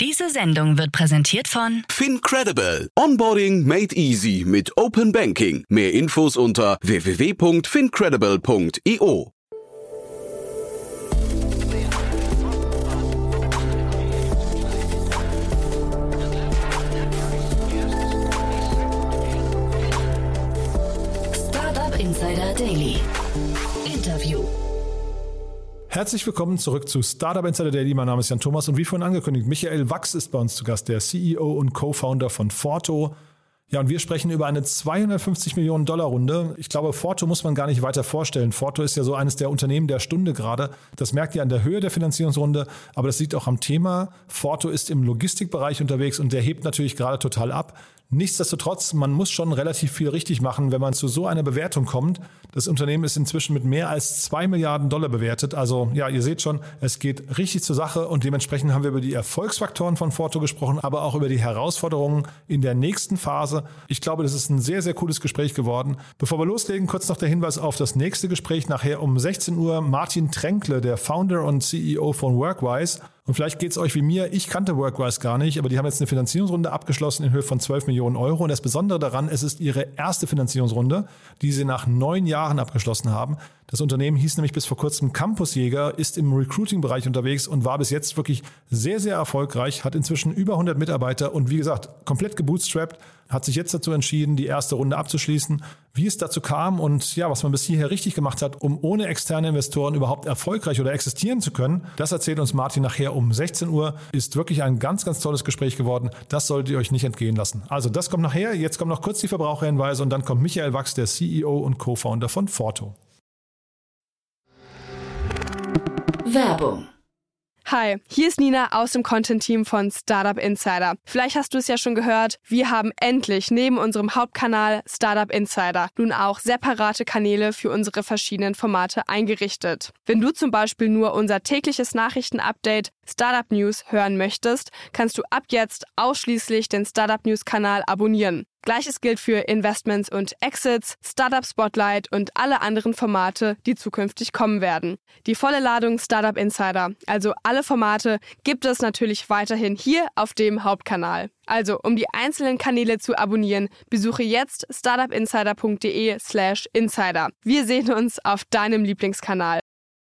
Diese Sendung wird präsentiert von FinCredible. Onboarding made easy mit Open Banking. Mehr Infos unter www.fincredible.io. Startup Insider Daily. Interview. Herzlich willkommen zurück zu Startup Insider Daily. Mein Name ist Jan Thomas und wie vorhin angekündigt, Michael Wachs ist bei uns zu Gast, der CEO und Co-Founder von Forto. Ja, und wir sprechen über eine 250 Millionen Dollar Runde. Ich glaube, Forto muss man gar nicht weiter vorstellen. Forto ist ja so eines der Unternehmen der Stunde gerade. Das merkt ihr an der Höhe der Finanzierungsrunde, aber das liegt auch am Thema. Forto ist im Logistikbereich unterwegs und der hebt natürlich gerade total ab. Nichtsdestotrotz, man muss schon relativ viel richtig machen, wenn man zu so einer Bewertung kommt. Das Unternehmen ist inzwischen mit mehr als 2 Milliarden Dollar bewertet. Also ja, ihr seht schon, es geht richtig zur Sache und dementsprechend haben wir über die Erfolgsfaktoren von Forto gesprochen, aber auch über die Herausforderungen in der nächsten Phase. Ich glaube, das ist ein sehr, sehr cooles Gespräch geworden. Bevor wir loslegen, kurz noch der Hinweis auf das nächste Gespräch. Nachher um 16 Uhr Martin Tränkle, der Founder und CEO von Workwise. Und vielleicht geht es euch wie mir, ich kannte Workwise gar nicht, aber die haben jetzt eine Finanzierungsrunde abgeschlossen in Höhe von 12 Millionen Euro. Und das Besondere daran, es ist ihre erste Finanzierungsrunde, die sie nach 9 Jahren abgeschlossen haben. Das Unternehmen hieß nämlich bis vor kurzem Campusjäger, ist im Recruiting-Bereich unterwegs und war bis jetzt wirklich sehr, sehr erfolgreich, hat inzwischen über 100 Mitarbeiter und wie gesagt, komplett gebootstrapped, hat sich jetzt dazu entschieden, die erste Runde abzuschließen. Wie es dazu kam und ja, was man bis hierher richtig gemacht hat, um ohne externe Investoren überhaupt erfolgreich oder existieren zu können, das erzählt uns Martin nachher um 16 Uhr. Ist wirklich ein ganz, ganz tolles Gespräch geworden. Das solltet ihr euch nicht entgehen lassen. Also das kommt nachher. Jetzt kommen noch kurz die Verbraucherhinweise und dann kommt Michael Wachs, der CEO und Co-Founder von Forto. Werbung. Hi, hier ist Nina aus dem Content-Team von Startup Insider. Vielleicht hast du es ja schon gehört, wir haben endlich neben unserem Hauptkanal Startup Insider nun auch separate Kanäle für unsere verschiedenen Formate eingerichtet. Wenn du zum Beispiel nur unser tägliches Nachrichtenupdate Startup News hören möchtest, kannst du ab jetzt ausschließlich den Startup News-Kanal abonnieren. Gleiches gilt für Investments und Exits, Startup Spotlight und alle anderen Formate, die zukünftig kommen werden. Die volle Ladung Startup Insider, also alle Formate, gibt es natürlich weiterhin hier auf dem Hauptkanal. Also, um die einzelnen Kanäle zu abonnieren, besuche jetzt startupinsider.de/insider. Wir sehen uns auf deinem Lieblingskanal.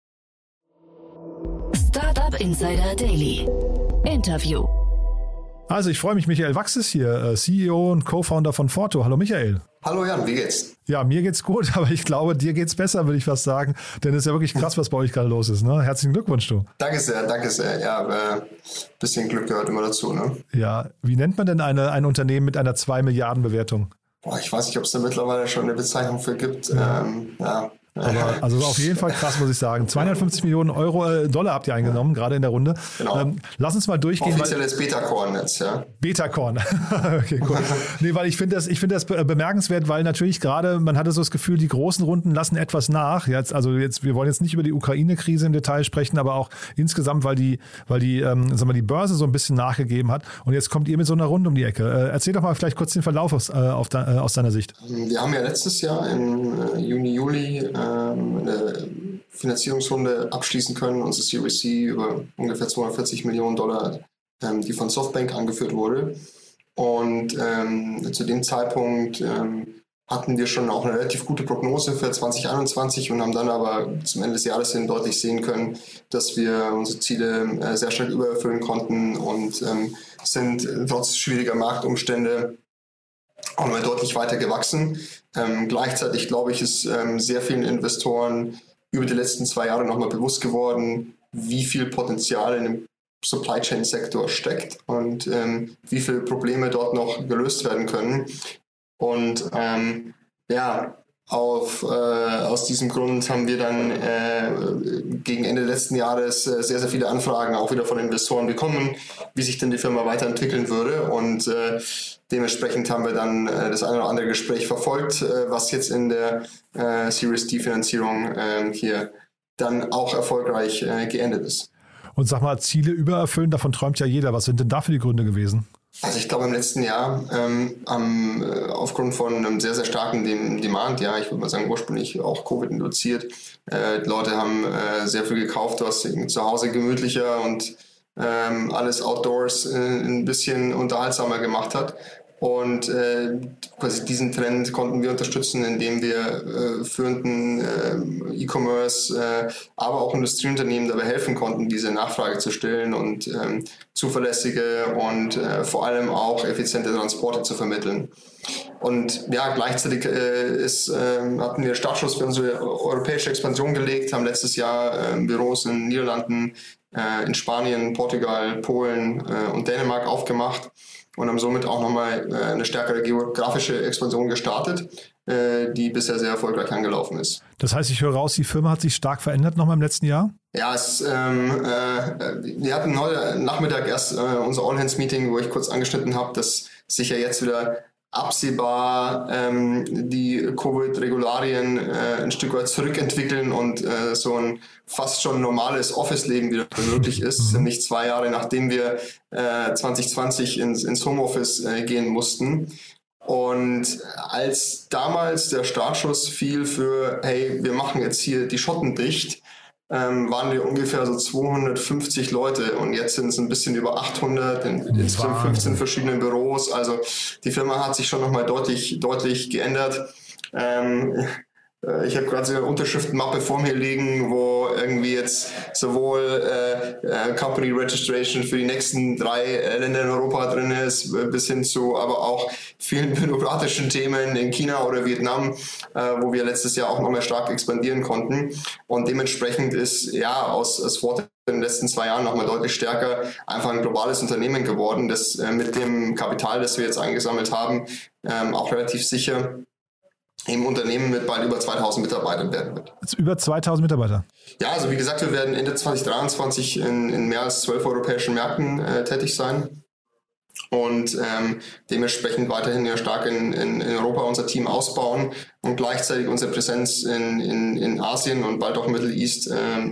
Startup Insider Daily. Interview. Also ich freue mich, Michael Wachs ist hier, CEO und Co-Founder von Forto. Hallo Michael. Hallo Jan, wie geht's? Ja, mir geht's gut, aber ich glaube, dir geht's besser, würde ich fast sagen. Denn es ist ja wirklich krass, was bei euch gerade los ist. Ne? Herzlichen Glückwunsch, du. Danke sehr. Ja, bisschen Glück gehört immer dazu. Ne? Ja, wie nennt man denn ein Unternehmen mit einer 2 Milliarden Bewertung? Boah, ich weiß nicht, ob es da mittlerweile schon eine Bezeichnung für gibt. Ja. Aber also auf jeden Fall krass, muss ich sagen. 250 Millionen Dollar habt ihr eingenommen, gerade in der Runde. Genau. Lass uns mal durchgehen. Offizielles Beta-Corn jetzt, ja. Beta-Corn. Okay, cool. Nee, weil ich finde das bemerkenswert, weil natürlich gerade, man hatte so das Gefühl, die großen Runden lassen etwas nach. Wir wollen jetzt nicht über die Ukraine-Krise im Detail sprechen, aber auch insgesamt, weil die Börse so ein bisschen nachgegeben hat. Und jetzt kommt ihr mit so einer Runde um die Ecke. Erzähl doch mal vielleicht kurz den Verlauf aus deiner Sicht. Wir haben ja letztes Jahr im Juni, Juli eine Finanzierungsrunde abschließen können, unsere Series C über ungefähr 240 Millionen Dollar, die von Softbank angeführt wurde. Und zu dem Zeitpunkt hatten wir schon auch eine relativ gute Prognose für 2021 und haben dann aber zum Ende des Jahres hin deutlich sehen können, dass wir unsere Ziele sehr stark übererfüllen konnten und sind trotz schwieriger Marktumstände auch noch deutlich weiter gewachsen. Gleichzeitig, glaube ich, ist sehr vielen Investoren über die letzten 2 Jahre nochmal bewusst geworden, wie viel Potenzial in dem Supply Chain Sektor steckt und wie viele Probleme dort noch gelöst werden können. Und aus diesem Grund haben wir dann gegen Ende letzten Jahres sehr, sehr viele Anfragen auch wieder von Investoren bekommen, wie sich denn die Firma weiterentwickeln würde. Und dementsprechend haben wir dann das eine oder andere Gespräch verfolgt, was jetzt in der Series D-Finanzierung hier dann auch erfolgreich geendet ist. Und sag mal, Ziele übererfüllen, davon träumt ja jeder. Was sind denn dafür die Gründe gewesen? Also ich glaube im letzten Jahr aufgrund von einem sehr, sehr starken Demand, ja, ich würde mal sagen ursprünglich auch Covid induziert, die Leute haben sehr viel gekauft, was zu Hause gemütlicher und alles Outdoors ein bisschen unterhaltsamer gemacht hat. Und quasi diesen Trend konnten wir unterstützen, indem wir führenden E-Commerce, aber auch Industrieunternehmen dabei helfen konnten, diese Nachfrage zu stillen und zuverlässige und vor allem auch effiziente Transporte zu vermitteln. Und ja, gleichzeitig hatten wir Startschuss für unsere europäische Expansion gelegt, haben letztes Jahr Büros in den Niederlanden, in Spanien, Portugal, Polen und Dänemark aufgemacht und haben somit auch nochmal eine stärkere geografische Expansion gestartet, die bisher sehr erfolgreich angelaufen ist. Das heißt, ich höre raus, die Firma hat sich stark verändert nochmal im letzten Jahr? Ja, wir hatten heute Nachmittag erst unser All-Hands-Meeting, wo ich kurz angeschnitten habe, dass sich ja jetzt wieder absehbar die Covid-Regularien ein Stück weit zurückentwickeln und so ein fast schon normales Office-Leben wieder möglich ist. Nicht 2 Jahre, nachdem wir 2020 ins Homeoffice gehen mussten. Und als damals der Startschuss fiel für, hey, wir machen jetzt hier die Schotten dicht, waren wir ungefähr so 250 Leute und jetzt sind es ein bisschen über 800 in 15 verschiedenen Büros. Also die Firma hat sich schon nochmal deutlich geändert. Ich habe gerade so eine Unterschriftenmappe vor mir liegen, wo irgendwie jetzt sowohl Company Registration für die nächsten 3 Länder in Europa drin ist, bis hin zu aber auch vielen bürokratischen Themen in China oder Vietnam, wo wir letztes Jahr auch nochmal stark expandieren konnten. Und dementsprechend ist ja aus Forte in den letzten 2 Jahren nochmal deutlich stärker einfach ein globales Unternehmen geworden, das mit dem Kapital, das wir jetzt eingesammelt haben, auch relativ sicher im Unternehmen mit bald über 2000 Mitarbeitern werden wird. Jetzt über 2000 Mitarbeiter? Ja, also wie gesagt, wir werden Ende 2023 in mehr als 12 europäischen Märkten tätig sein und dementsprechend weiterhin ja stark in Europa unser Team ausbauen und gleichzeitig unsere Präsenz in Asien und bald auch Middle East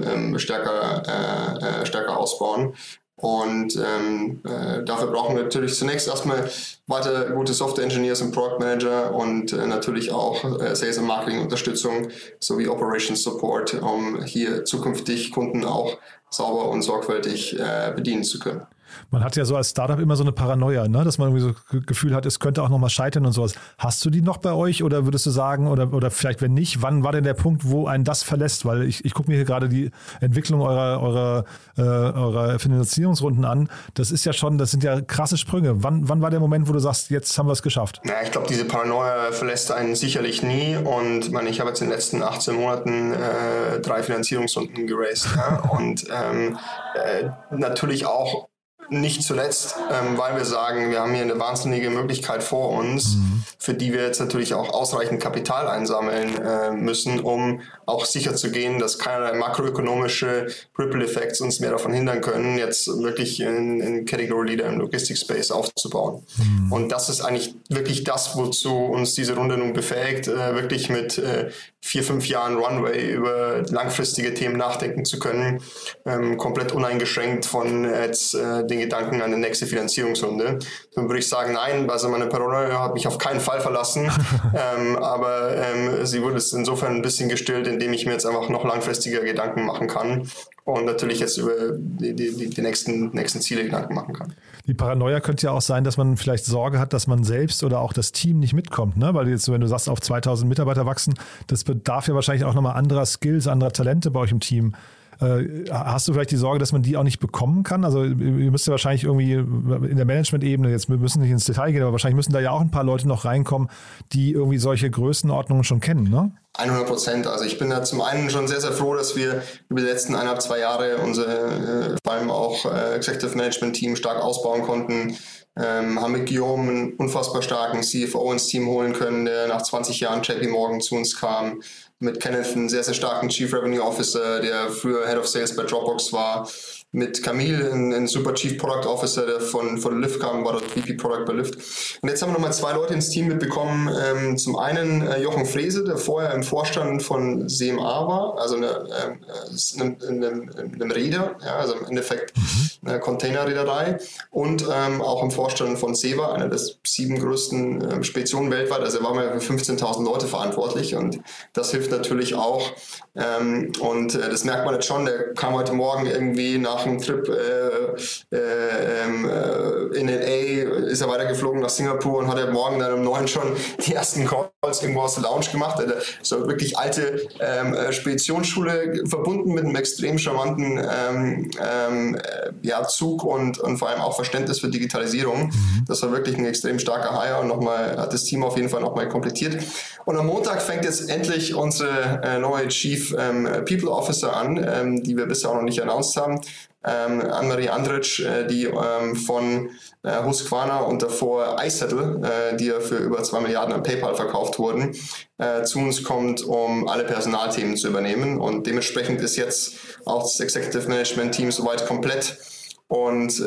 stärker ausbauen. Und dafür brauchen wir natürlich zunächst erstmal weiter gute Software-Engineers und Product Manager und natürlich auch Sales- und Marketing-Unterstützung sowie Operations Support, um hier zukünftig Kunden auch sauber und sorgfältig bedienen zu können. Man hat ja so als Startup immer so eine Paranoia, ne? Dass man irgendwie so Gefühl hat, es könnte auch nochmal scheitern und sowas. Hast du die noch bei euch oder würdest du sagen, oder vielleicht wenn nicht, wann war denn der Punkt, wo einen das verlässt? Weil ich gucke mir hier gerade die Entwicklung eurer Finanzierungsrunden an. Das sind ja krasse Sprünge. Wann war der Moment, wo du sagst, jetzt haben wir es geschafft? Ja, ich glaube, diese Paranoia verlässt einen sicherlich nie und ich habe jetzt in den letzten 18 Monaten 3 Finanzierungsrunden geraced. Ja? Und natürlich auch nicht zuletzt, weil wir sagen, wir haben hier eine wahnsinnige Möglichkeit vor uns, für die wir jetzt natürlich auch ausreichend Kapital einsammeln müssen, um auch sicher zu gehen, dass keinerlei makroökonomische Ripple-Effekte uns mehr davon hindern können, jetzt wirklich in Category Leader im Logistics-Space aufzubauen. Und das ist eigentlich wirklich das, wozu uns diese Runde nun befähigt, wirklich mit 4-5 Jahren Runway über langfristige Themen nachdenken zu können, komplett uneingeschränkt von jetzt den Gedanken an die nächste Finanzierungsrunde. Dann würde ich sagen, nein, also meine Paranoia hat mich auf keinen Fall verlassen, aber sie wurde insofern ein bisschen gestillt, indem ich mir jetzt einfach noch langfristiger Gedanken machen kann und natürlich jetzt über die nächsten Ziele Gedanken machen kann. Die Paranoia könnte ja auch sein, dass man vielleicht Sorge hat, dass man selbst oder auch das Team nicht mitkommt, ne? Weil jetzt, wenn du sagst, auf 2000 Mitarbeiter wachsen, das bedarf ja wahrscheinlich auch nochmal anderer Skills, anderer Talente bei euch im Team. Hast du vielleicht die Sorge, dass man die auch nicht bekommen kann? Also ihr müsst ja wahrscheinlich irgendwie in der Management-Ebene, jetzt wir müssen nicht ins Detail gehen, aber wahrscheinlich müssen da ja auch ein paar Leute noch reinkommen, die irgendwie solche Größenordnungen schon kennen, ne? 100%. Also ich bin da zum einen schon sehr, sehr froh, dass wir über die letzten 1,5-2 Jahre unser vor allem auch Executive Management Team stark ausbauen konnten. Haben mit Guillaume einen unfassbar starken CFO ins Team holen können, der nach 20 Jahren JP Morgan zu uns kam. Mit Kenneth einen sehr, sehr starken Chief Revenue Officer, der früher Head of Sales bei Dropbox war. Mit Camille einen super Chief Product Officer, der von Lyft kam, war dort VP Product bei Lyft. Und jetzt haben wir nochmal 2 Leute ins Team mitbekommen. Zum einen Jochen Frese, der vorher im Vorstand von CMA war, also in einem Reader, ja, also im Endeffekt Containerreederei und auch im Vorstand von CEVA, einer der 7 größten Speditionen weltweit. Also er war mal für 15.000 Leute verantwortlich und das hilft natürlich auch. Und das merkt man jetzt schon. Der kam heute Morgen irgendwie nach einem Trip in LA, ist er weitergeflogen nach Singapur und hat er morgen dann um 9 schon die ersten Calls irgendwo aus der Lounge gemacht. So wirklich alte Speditionsschule verbunden mit einem extrem charmanten Zug und vor allem auch Verständnis für Digitalisierung. Das war wirklich ein extrem starker Hire und hat das Team auf jeden Fall nochmal komplettiert. Und am Montag fängt jetzt endlich unsere neue Chief People Officer an, die wir bisher auch noch nicht announced haben. Anne-Marie Andritsch, die von Husqvarna und davor iSettle, die ja für über 2 Milliarden an PayPal verkauft wurden, zu uns kommt, um alle Personalthemen zu übernehmen. Und dementsprechend ist jetzt auch das Executive Management Team soweit komplett. Und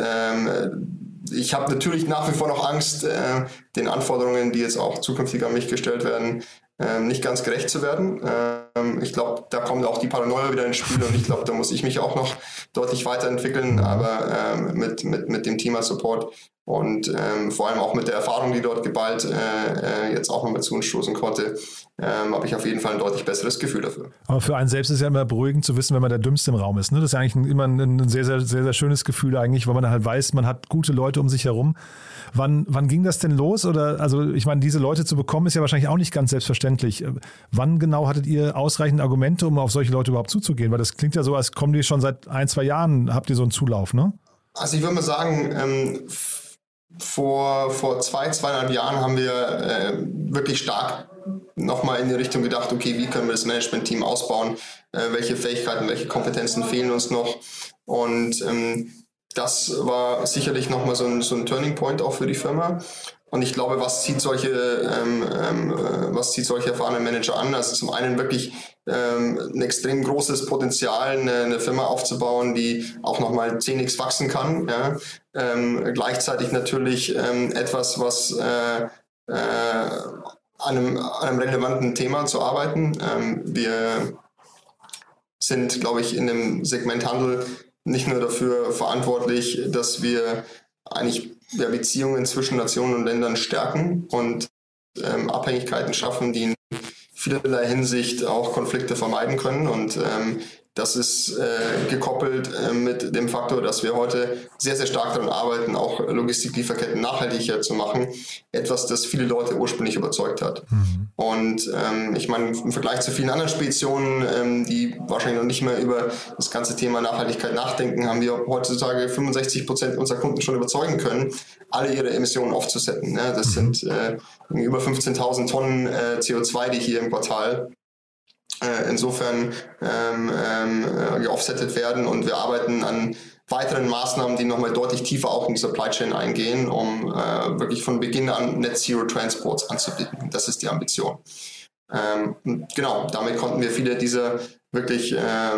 ich habe natürlich nach wie vor noch Angst, den Anforderungen, die jetzt auch zukünftig an mich gestellt werden, nicht ganz gerecht zu werden. Ich glaube, da kommt auch die Paranoia wieder ins Spiel und ich glaube, da muss ich mich auch noch deutlich weiterentwickeln, aber mit dem Team als Support und vor allem auch mit der Erfahrung, die dort geballt jetzt auch nochmal zu uns stoßen konnte, habe ich auf jeden Fall ein deutlich besseres Gefühl dafür. Aber für einen selbst ist ja immer beruhigend zu wissen, wenn man der Dümmste im Raum ist. Ne? Das ist ja eigentlich immer ein sehr, sehr, sehr, sehr schönes Gefühl eigentlich, weil man halt weiß, man hat gute Leute um sich herum. Wann ging das denn los? Oder, also ich meine, diese Leute zu bekommen, ist ja wahrscheinlich auch nicht ganz selbstverständlich. Wann genau hattet ihr ausreichend Argumente, um auf solche Leute überhaupt zuzugehen? Weil das klingt ja so, als kommen die schon seit 1-2 Jahren, habt ihr so einen Zulauf, ne? Also ich würde mal sagen, vor 2,5 Jahren haben wir wirklich stark nochmal in die Richtung gedacht, okay, wie können wir das Management-Team ausbauen? Welche Fähigkeiten, welche Kompetenzen fehlen uns noch? Und das war sicherlich nochmal so ein Turning Point auch für die Firma. Und ich glaube, was zieht solche erfahrenen Manager an? Also zum einen wirklich ein extrem großes Potenzial, eine Firma aufzubauen, die auch nochmal 10x wachsen kann. Ja? Gleichzeitig natürlich etwas, was an einem relevanten Thema zu arbeiten. Wir sind, glaube ich, in dem Segment Handel nicht nur dafür verantwortlich, dass wir eigentlich Beziehungen zwischen Nationen und Ländern stärken und Abhängigkeiten schaffen, die in vielerlei Hinsicht auch Konflikte vermeiden können. Und das ist gekoppelt mit dem Faktor, dass wir heute sehr, sehr stark daran arbeiten, auch Logistiklieferketten nachhaltiger zu machen. Etwas, das viele Leute ursprünglich überzeugt hat. Mhm. Und ich meine, im Vergleich zu vielen anderen Speditionen, die wahrscheinlich noch nicht mehr über das ganze Thema Nachhaltigkeit nachdenken, haben wir heutzutage 65% unserer Kunden schon überzeugen können, alle ihre Emissionen offzusetten. Ne? Das sind über 15.000 Tonnen CO2, die hier im Quartal insofern geoffsettet werden, und wir arbeiten an weiteren Maßnahmen, die nochmal deutlich tiefer auch in die Supply Chain eingehen, um wirklich von Beginn an Net Zero Transports anzubieten. Das ist die Ambition. Genau, damit konnten wir viele dieser wirklich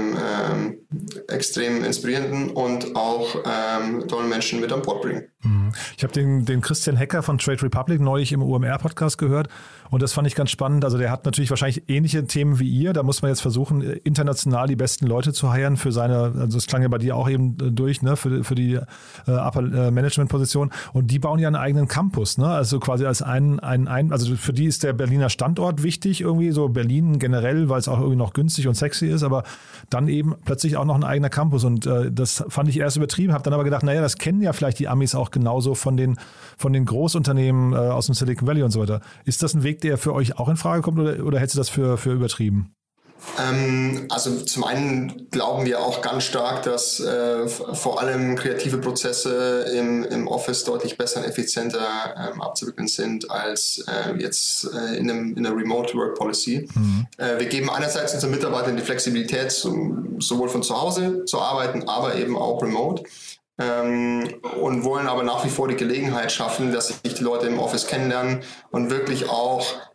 extrem inspirierenden und auch tollen Menschen mit an Bord bringen. Ich habe den Christian Hecker von Trade Republic neulich im OMR-Podcast gehört und das fand ich ganz spannend. Also der hat natürlich wahrscheinlich ähnliche Themen wie ihr. Da muss man jetzt versuchen, international die besten Leute zu hiren für seine, also das klang ja bei dir auch eben durch, ne, für die Upper Management-Position. Und die bauen ja einen eigenen Campus, ne? Also quasi als also für die ist der Berliner Standort wichtig, irgendwie so Berlin generell, weil es auch irgendwie noch günstig und sexy ist, aber dann eben plötzlich auch noch ein eigener Campus. Und das fand ich erst übertrieben, habe dann aber gedacht, naja, das kennen ja vielleicht die Amis auch genauso von den Großunternehmen aus dem Silicon Valley und so weiter. Ist das ein Weg, der für euch auch in Frage kommt, oder hältst du das für übertrieben? Also zum einen glauben wir auch ganz stark, dass vor allem kreative Prozesse im Office deutlich besser und effizienter abzuwickeln sind als jetzt in der Remote Work Policy. Mhm. Wir geben einerseits unseren Mitarbeitern die Flexibilität, sowohl von zu Hause zu arbeiten, aber eben auch remote. Und wollen aber nach wie vor die Gelegenheit schaffen, dass sich die Leute im Office kennenlernen und wirklich auch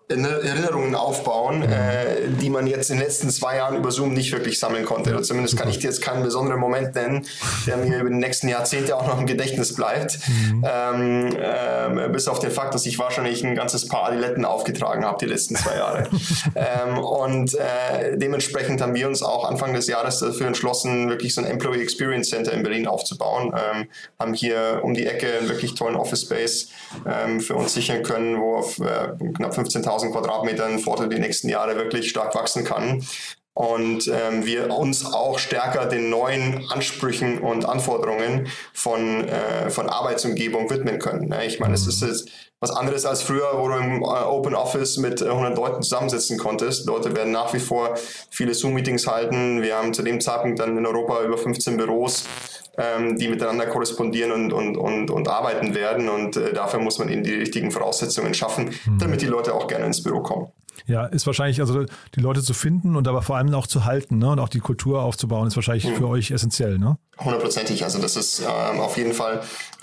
Erinnerungen aufbauen, die man jetzt in den letzten 2 Jahren über Zoom nicht wirklich sammeln konnte. Oder zumindest kann ich dir jetzt keinen besonderen Moment nennen, der mir über die nächsten Jahrzehnte auch noch im Gedächtnis bleibt. Bis auf den Fakt, dass ich wahrscheinlich ein ganzes Paar Adiletten aufgetragen habe die letzten 2 Jahre. Und dementsprechend haben wir uns auch Anfang des Jahres dafür entschlossen, wirklich so ein Employee Experience Center in Berlin aufzubauen. Haben hier um die Ecke einen wirklich tollen Office Space für uns sichern können, wo auf knapp 15.000 Quadratmetern Forto die nächsten Jahre wirklich stark wachsen kann. Und wir uns auch stärker den neuen Ansprüchen und Anforderungen von Arbeitsumgebung widmen können. Ich meine, es ist jetzt was anderes als früher, wo du im Open Office mit 100 Leuten zusammensitzen konntest. Leute werden nach wie vor viele Zoom-Meetings halten. Wir haben zu dem Zeitpunkt dann in Europa über 15 Büros, die miteinander korrespondieren und arbeiten werden. Und dafür muss man ihnen die richtigen Voraussetzungen schaffen, damit die Leute auch gerne ins Büro kommen. Ja, ist wahrscheinlich, also die Leute zu finden und aber vor allem auch zu halten, ne? Und auch die Kultur aufzubauen, ist wahrscheinlich für euch essentiell, ne? 100%. Also das ist auf jeden Fall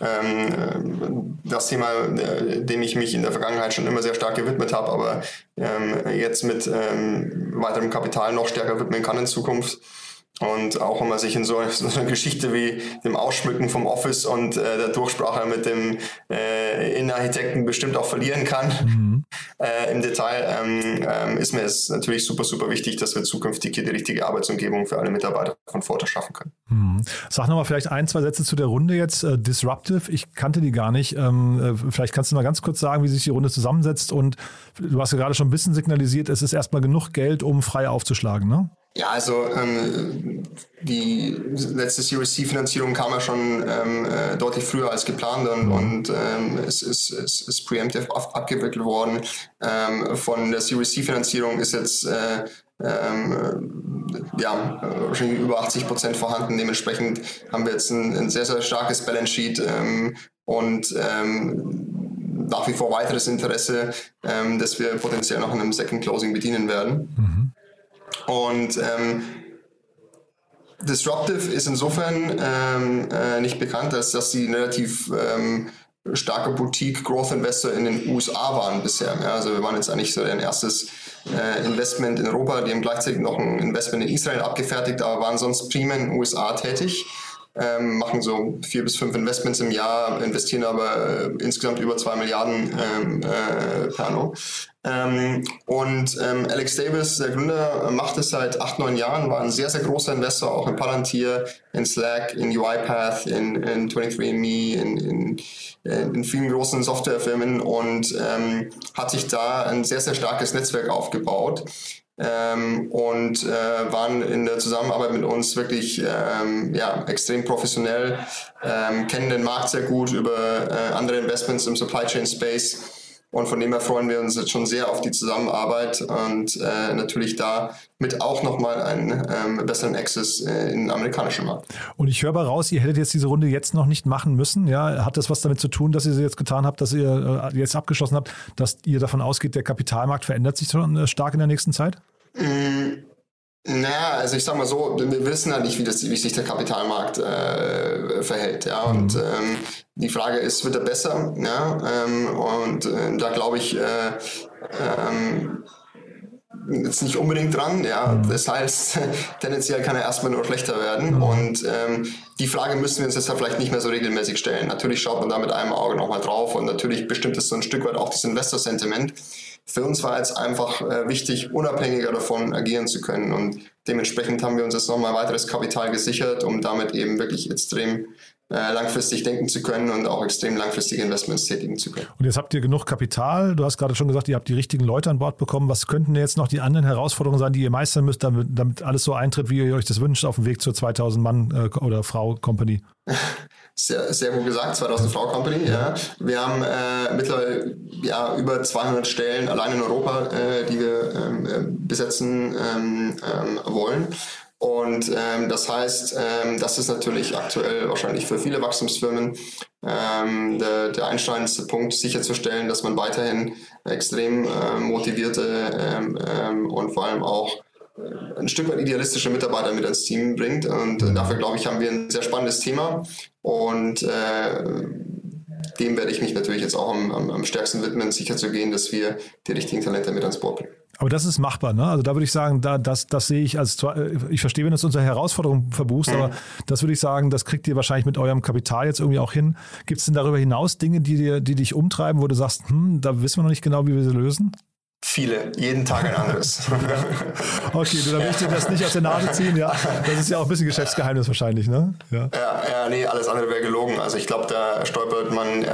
das Thema, dem ich mich in der Vergangenheit schon immer sehr stark gewidmet habe, aber jetzt mit weiterem Kapital noch stärker widmen kann in Zukunft. Und auch wenn man sich in so einer Geschichte wie dem Ausschmücken vom Office und der Durchsprache mit dem Innenarchitekten bestimmt auch verlieren kann. Im Detail ist mir es natürlich super, super wichtig, dass wir zukünftig hier die richtige Arbeitsumgebung für alle Mitarbeiter von Forto schaffen können. Sag nochmal vielleicht 1, 2 Sätze zu der Runde jetzt. Disruptive, ich kannte die gar nicht. Vielleicht kannst du mal ganz kurz sagen, wie sich die Runde zusammensetzt. Und du hast ja gerade schon ein bisschen signalisiert, es ist erstmal genug Geld, um frei aufzuschlagen, ne? Ja, also die letzte Series C-Finanzierung kam ja schon deutlich früher als geplant und es ist preemptive abgewickelt worden. Von der Series C-Finanzierung ist jetzt wahrscheinlich über 80% vorhanden. Dementsprechend haben wir jetzt ein sehr, sehr starkes Balance Sheet und nach wie vor weiteres Interesse, dass wir potenziell noch in einem Second Closing bedienen werden. Und Disruptive ist insofern nicht bekannt, als dass sie ein relativ starker Boutique-Growth-Investor in den USA waren bisher. Ja, also wir waren jetzt eigentlich so ein erstes Investment in Europa, die haben gleichzeitig noch ein Investment in Israel abgefertigt, aber waren sonst primär in den USA tätig. Machen so 4 bis 5 Investments im Jahr, investieren aber insgesamt über 2 Milliarden per anno. Alex Davis, der Gründer, macht es seit 8, 9 Jahren, war ein sehr, sehr großer Investor, auch in Palantir, in Slack, in UiPath, in 23andMe, in vielen großen Softwarefirmen und hat sich da ein sehr, sehr starkes Netzwerk aufgebaut. Waren in der Zusammenarbeit mit uns wirklich extrem professionell, kennen den Markt sehr gut über andere Investments im Supply Chain Space und von dem her freuen wir uns jetzt schon sehr auf die Zusammenarbeit und natürlich damit auch nochmal einen besseren Access in den amerikanischen Markt. Und ich höre aber raus, ihr hättet jetzt diese Runde jetzt noch nicht machen müssen. Ja? Hat das was damit zu tun, dass ihr sie jetzt getan habt, dass ihr jetzt abgeschlossen habt, dass ihr davon ausgeht, der Kapitalmarkt verändert sich schon stark in der nächsten Zeit? Naja, also ich sag mal so, wir wissen halt nicht, wie sich der Kapitalmarkt verhält. Ja? Und die Frage ist, wird er besser? Ja? Da glaube ich jetzt nicht unbedingt dran. Ja? Das heißt, tendenziell kann er erstmal nur schlechter werden. Und die Frage müssen wir uns jetzt vielleicht nicht mehr so regelmäßig stellen. Natürlich schaut man da mit einem Auge nochmal drauf und natürlich bestimmt es so ein Stück weit auch das Investor-Sentiment. Für uns war jetzt einfach wichtig, unabhängiger davon agieren zu können und dementsprechend haben wir uns jetzt nochmal weiteres Kapital gesichert, um damit eben wirklich extrem langfristig denken zu können und auch extrem langfristige Investments tätigen zu können. Und jetzt habt ihr genug Kapital. Du hast gerade schon gesagt, ihr habt die richtigen Leute an Bord bekommen. Was könnten jetzt noch die anderen Herausforderungen sein, die ihr meistern müsst, damit alles so eintritt, wie ihr euch das wünscht, auf dem Weg zur 2000 Mann oder Frau Company? Sehr, sehr gut gesagt, 2000 Frau Company. Ja. Wir haben mittlerweile über 200 Stellen allein in Europa, die wir besetzen wollen. Und das heißt, das ist natürlich aktuell wahrscheinlich für viele Wachstumsfirmen der einschneidendste Punkt, sicherzustellen, dass man weiterhin extrem motivierte und vor allem auch ein Stück weit idealistische Mitarbeiter mit ins Team bringt. Und dafür, glaube ich, haben wir ein sehr spannendes Thema. Und dem werde ich mich natürlich jetzt auch am stärksten widmen, sicher zu gehen, dass wir die richtigen Talente mit ans Board bringen. Aber das ist machbar, ne? Also da würde ich sagen, das sehe ich ich verstehe, wenn du es unter Herausforderungen verbuchst, aber das würde ich sagen, das kriegt ihr wahrscheinlich mit eurem Kapital jetzt irgendwie auch hin. Gibt es denn darüber hinaus Dinge, die dich umtreiben, wo du sagst, da wissen wir noch nicht genau, wie wir sie lösen? Viele, jeden Tag ein anderes. Okay, dann will ich dir das nicht aus der Nase ziehen, ja. Das ist ja auch ein bisschen Geschäftsgeheimnis wahrscheinlich, ne? Ja, nee, alles andere wäre gelogen. Also ich glaube, da stolpert man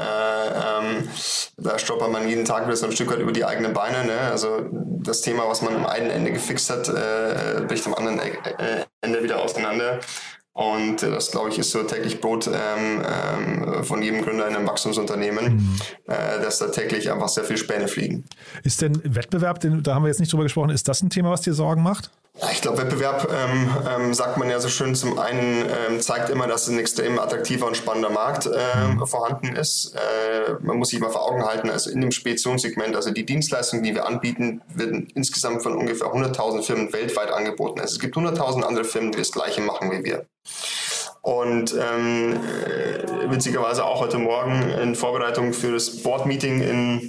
jeden Tag wieder so ein Stück weit über die eigenen Beine. Ne? Also das Thema, was man am einen Ende gefixt hat, bricht am anderen Ende wieder auseinander. Und das, glaube ich, ist so täglich Brot von jedem Gründer in einem Wachstumsunternehmen, dass da täglich einfach sehr viele Späne fliegen. Ist denn Wettbewerb, da haben wir jetzt nicht drüber gesprochen, ist das ein Thema, was dir Sorgen macht? Ja, ich glaube, Wettbewerb, sagt man ja so schön, zum einen zeigt immer, dass ein extrem attraktiver und spannender Markt vorhanden ist. Man muss sich mal vor Augen halten, also in dem Speditionssegment, also die Dienstleistungen, die wir anbieten, werden insgesamt von ungefähr 100.000 Firmen weltweit angeboten. Also es gibt 100.000 andere Firmen, die das Gleiche machen wie wir. Und witzigerweise auch heute Morgen in Vorbereitung für das Board-Meeting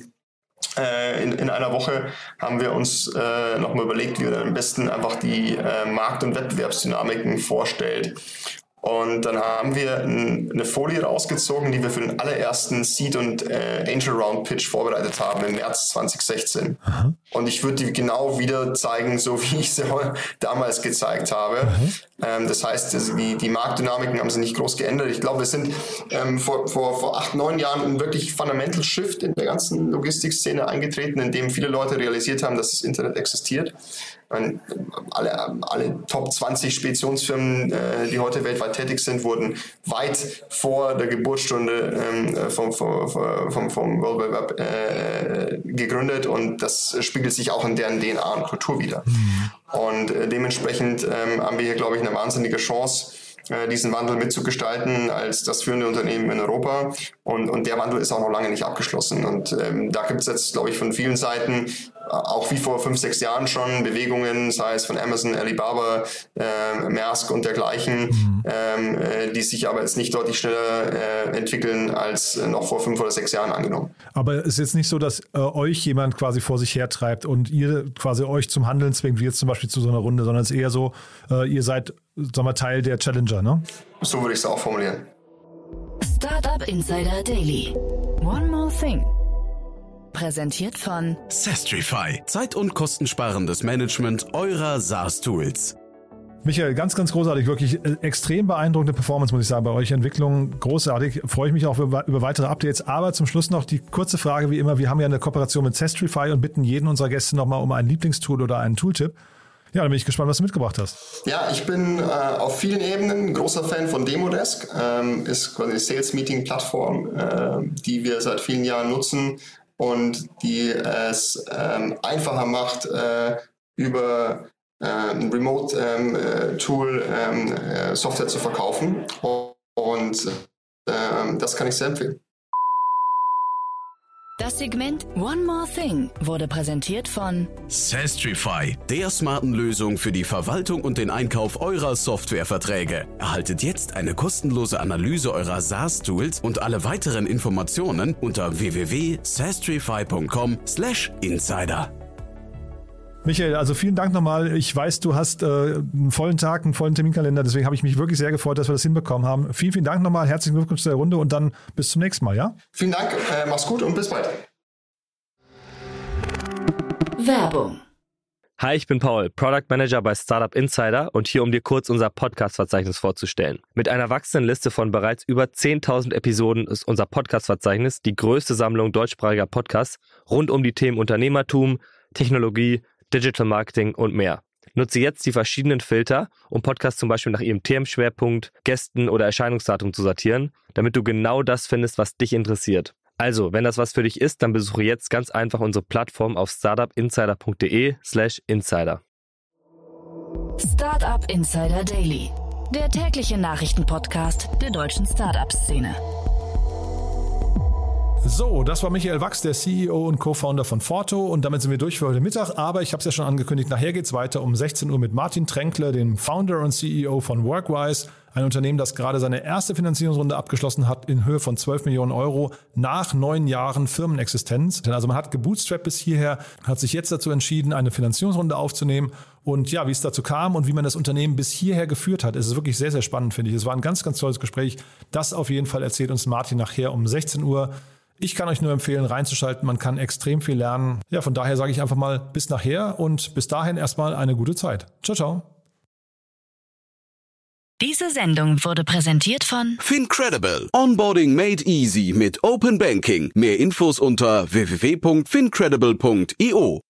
in einer Woche haben wir uns nochmal überlegt, wie wir am besten einfach die Markt- und Wettbewerbsdynamiken vorstellen. Und dann haben wir eine Folie rausgezogen, die wir für den allerersten Seed- und Angel Round Pitch vorbereitet haben im März 2016. Aha. Und ich würde die genau wieder zeigen, so wie ich sie damals gezeigt habe. Das heißt, also die Marktdynamiken haben sich nicht groß geändert. Ich glaube, wir sind vor 8, 9 Jahren ein wirklich Fundamental Shift in der ganzen Logistikszene eingetreten, in dem viele Leute realisiert haben, dass das Internet existiert. Alle Top 20 Speditionsfirmen, die heute weltweit tätig sind, wurden weit vor der Geburtsstunde vom World Wide Web gegründet, und das spiegelt sich auch in deren DNA und Kultur wider. Und dementsprechend haben wir hier, glaube ich, eine wahnsinnige Chance, diesen Wandel mitzugestalten als das führende Unternehmen in Europa. Und der Wandel ist auch noch lange nicht abgeschlossen. Und da gibt es jetzt, glaube ich, von vielen Seiten, auch wie vor 5, 6 Jahren schon, Bewegungen, sei es von Amazon, Alibaba, Maersk und dergleichen, die sich aber jetzt nicht deutlich schneller entwickeln als noch vor 5 oder 6 Jahren angenommen. Aber es ist jetzt nicht so, dass euch jemand quasi vor sich hertreibt und ihr quasi euch zum Handeln zwingt, wie jetzt zum Beispiel zu so einer Runde, sondern es ist eher so, ihr seid, sagen wir, Teil der Challenger, ne? So würde ich es auch formulieren. Startup Insider Daily. One more thing. Präsentiert von Sastrify. Zeit- und kostensparendes Management eurer SaaS-Tools. Michael, ganz, ganz großartig. Wirklich extrem beeindruckende Performance, muss ich sagen, bei euch. Entwicklung großartig. Freue ich mich auch über weitere Updates. Aber zum Schluss noch die kurze Frage, wie immer. Wir haben ja eine Kooperation mit Sastrify und bitten jeden unserer Gäste nochmal um ein Lieblingstool oder einen Tooltip. Ja, dann bin ich gespannt, was du mitgebracht hast. Ja, ich bin auf vielen Ebenen ein großer Fan von Demodesk. Ist quasi eine Sales-Meeting-Plattform, die wir seit vielen Jahren nutzen und die es einfacher macht, über ein Remote-Tool Software zu verkaufen. Und das kann ich sehr empfehlen. Das Segment One More Thing wurde präsentiert von Sastrify, der smarten Lösung für die Verwaltung und den Einkauf eurer Softwareverträge. Erhaltet jetzt eine kostenlose Analyse eurer SaaS-Tools und alle weiteren Informationen unter www.sastrify.com/insider. Michael, also vielen Dank nochmal. Ich weiß, du hast einen vollen Tag, einen vollen Terminkalender, deswegen habe ich mich wirklich sehr gefreut, dass wir das hinbekommen haben. Vielen, vielen Dank nochmal. Herzlichen Glückwunsch zur Runde und dann bis zum nächsten Mal, ja? Vielen Dank, mach's gut und bis bald. Werbung. Hi, ich bin Paul, Product Manager bei Startup Insider und hier, um dir kurz unser Podcast-Verzeichnis vorzustellen. Mit einer wachsenden Liste von bereits über 10.000 Episoden ist unser Podcast-Verzeichnis die größte Sammlung deutschsprachiger Podcasts rund um die Themen Unternehmertum, Technologie, Digital Marketing und mehr. Nutze jetzt die verschiedenen Filter, um Podcasts zum Beispiel nach ihrem Themenschwerpunkt, Gästen oder Erscheinungsdatum zu sortieren, damit du genau das findest, was dich interessiert. Also, wenn das was für dich ist, dann besuche jetzt ganz einfach unsere Plattform auf startupinsider.de/insider. Startup Insider Daily, der tägliche Nachrichtenpodcast der deutschen Startup-Szene. So, das war Michael Wachs, der CEO und Co-Founder von Forto, und damit sind wir durch für heute Mittag, aber ich habe es ja schon angekündigt, nachher geht es weiter um 16 Uhr mit Martin Tränkle, dem Founder und CEO von Workwise, ein Unternehmen, das gerade seine erste Finanzierungsrunde abgeschlossen hat in Höhe von 12 Millionen Euro nach 9 Jahren Firmenexistenz. Also man hat gebootstrapped bis hierher, hat sich jetzt dazu entschieden, eine Finanzierungsrunde aufzunehmen. Und ja, wie es dazu kam und wie man das Unternehmen bis hierher geführt hat, ist es wirklich sehr, sehr spannend, finde ich. Es war ein ganz, ganz tolles Gespräch. Das auf jeden Fall erzählt uns Martin nachher um 16 Uhr. Ich kann euch nur empfehlen, reinzuschalten. Man kann extrem viel lernen. Ja, von daher sage ich einfach mal bis nachher und bis dahin erstmal eine gute Zeit. Ciao, ciao. Diese Sendung wurde präsentiert von FinCredible. Onboarding made easy mit Open Banking. Mehr Infos unter www.fincredible.io.